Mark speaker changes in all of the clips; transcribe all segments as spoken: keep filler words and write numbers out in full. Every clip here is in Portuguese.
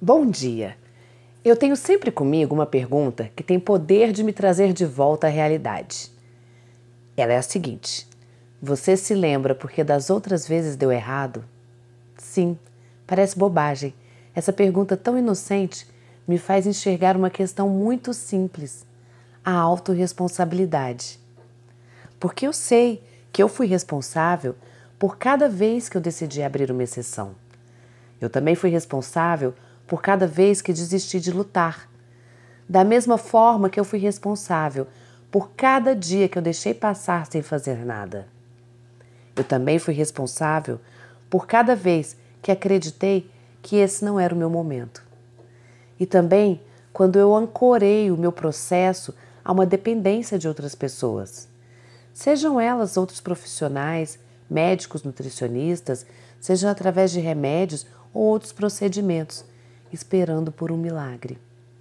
Speaker 1: Bom dia! Eu tenho sempre comigo uma pergunta que tem poder de me trazer de volta à realidade. Ela é a seguinte: você se lembra porque das outras vezes deu errado? Sim, parece bobagem. Essa pergunta tão inocente me faz enxergar uma questão muito simples: a autorresponsabilidade. Porque eu sei que eu fui responsável por cada vez que eu decidi abrir uma exceção. Eu também fui responsável por cada vez que desisti de lutar. Da mesma forma que eu fui responsável por cada dia que eu deixei passar sem fazer nada. Eu também fui responsável por cada vez que acreditei que esse não era o meu momento. E também quando eu ancorei o meu processo a uma dependência de outras pessoas. Sejam elas outros profissionais, médicos, nutricionistas, seja através de remédios ou outros procedimentos, esperando por um milagre.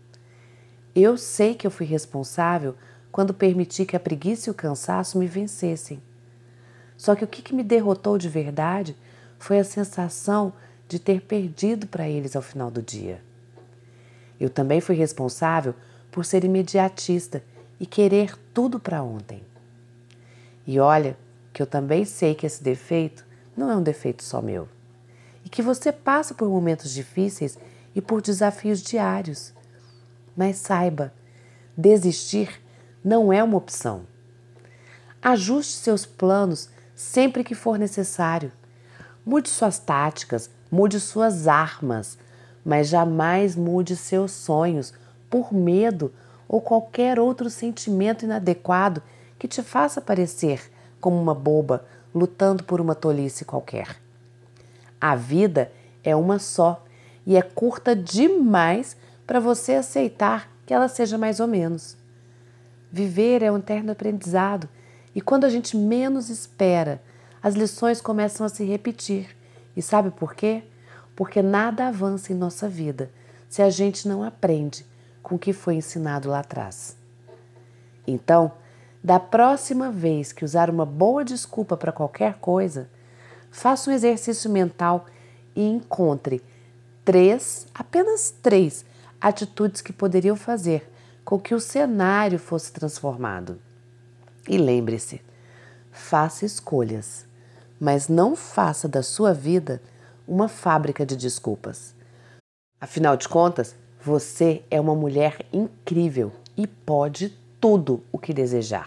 Speaker 1: Eu sei que eu fui responsável quando permiti que a preguiça e o cansaço me vencessem. Só que o que me derrotou de verdade foi a sensação de ter perdido para eles ao final do dia. Eu também fui responsável por ser imediatista e querer tudo para ontem. E olha que eu também sei que esse defeito não é um defeito só meu. E que você passa por momentos difíceis e por desafios diários. Mas saiba, desistir não é uma opção. Ajuste seus planos sempre que for necessário. Mude suas táticas, mude suas armas, mas jamais mude seus sonhos por medo ou qualquer outro sentimento inadequado que te faça parecer como uma boba lutando por uma tolice qualquer. A vida é uma só e é curta demais para você aceitar que ela seja mais ou menos. Viver é um eterno aprendizado e quando a gente menos espera, as lições começam a se repetir. E sabe por quê? Porque nada avança em nossa vida se a gente não aprende com o que foi ensinado lá atrás. Então, da próxima vez que usar uma boa desculpa para qualquer coisa, faça um exercício mental e encontre três, apenas três, atitudes que poderiam fazer com que o cenário fosse transformado. E lembre-se, faça escolhas, mas não faça da sua vida uma fábrica de desculpas. Afinal de contas, você é uma mulher incrível e pode tudo o que desejar.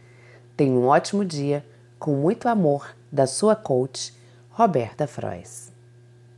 Speaker 1: Tenha um ótimo dia, com muito amor, da sua coach, Roberta Frois.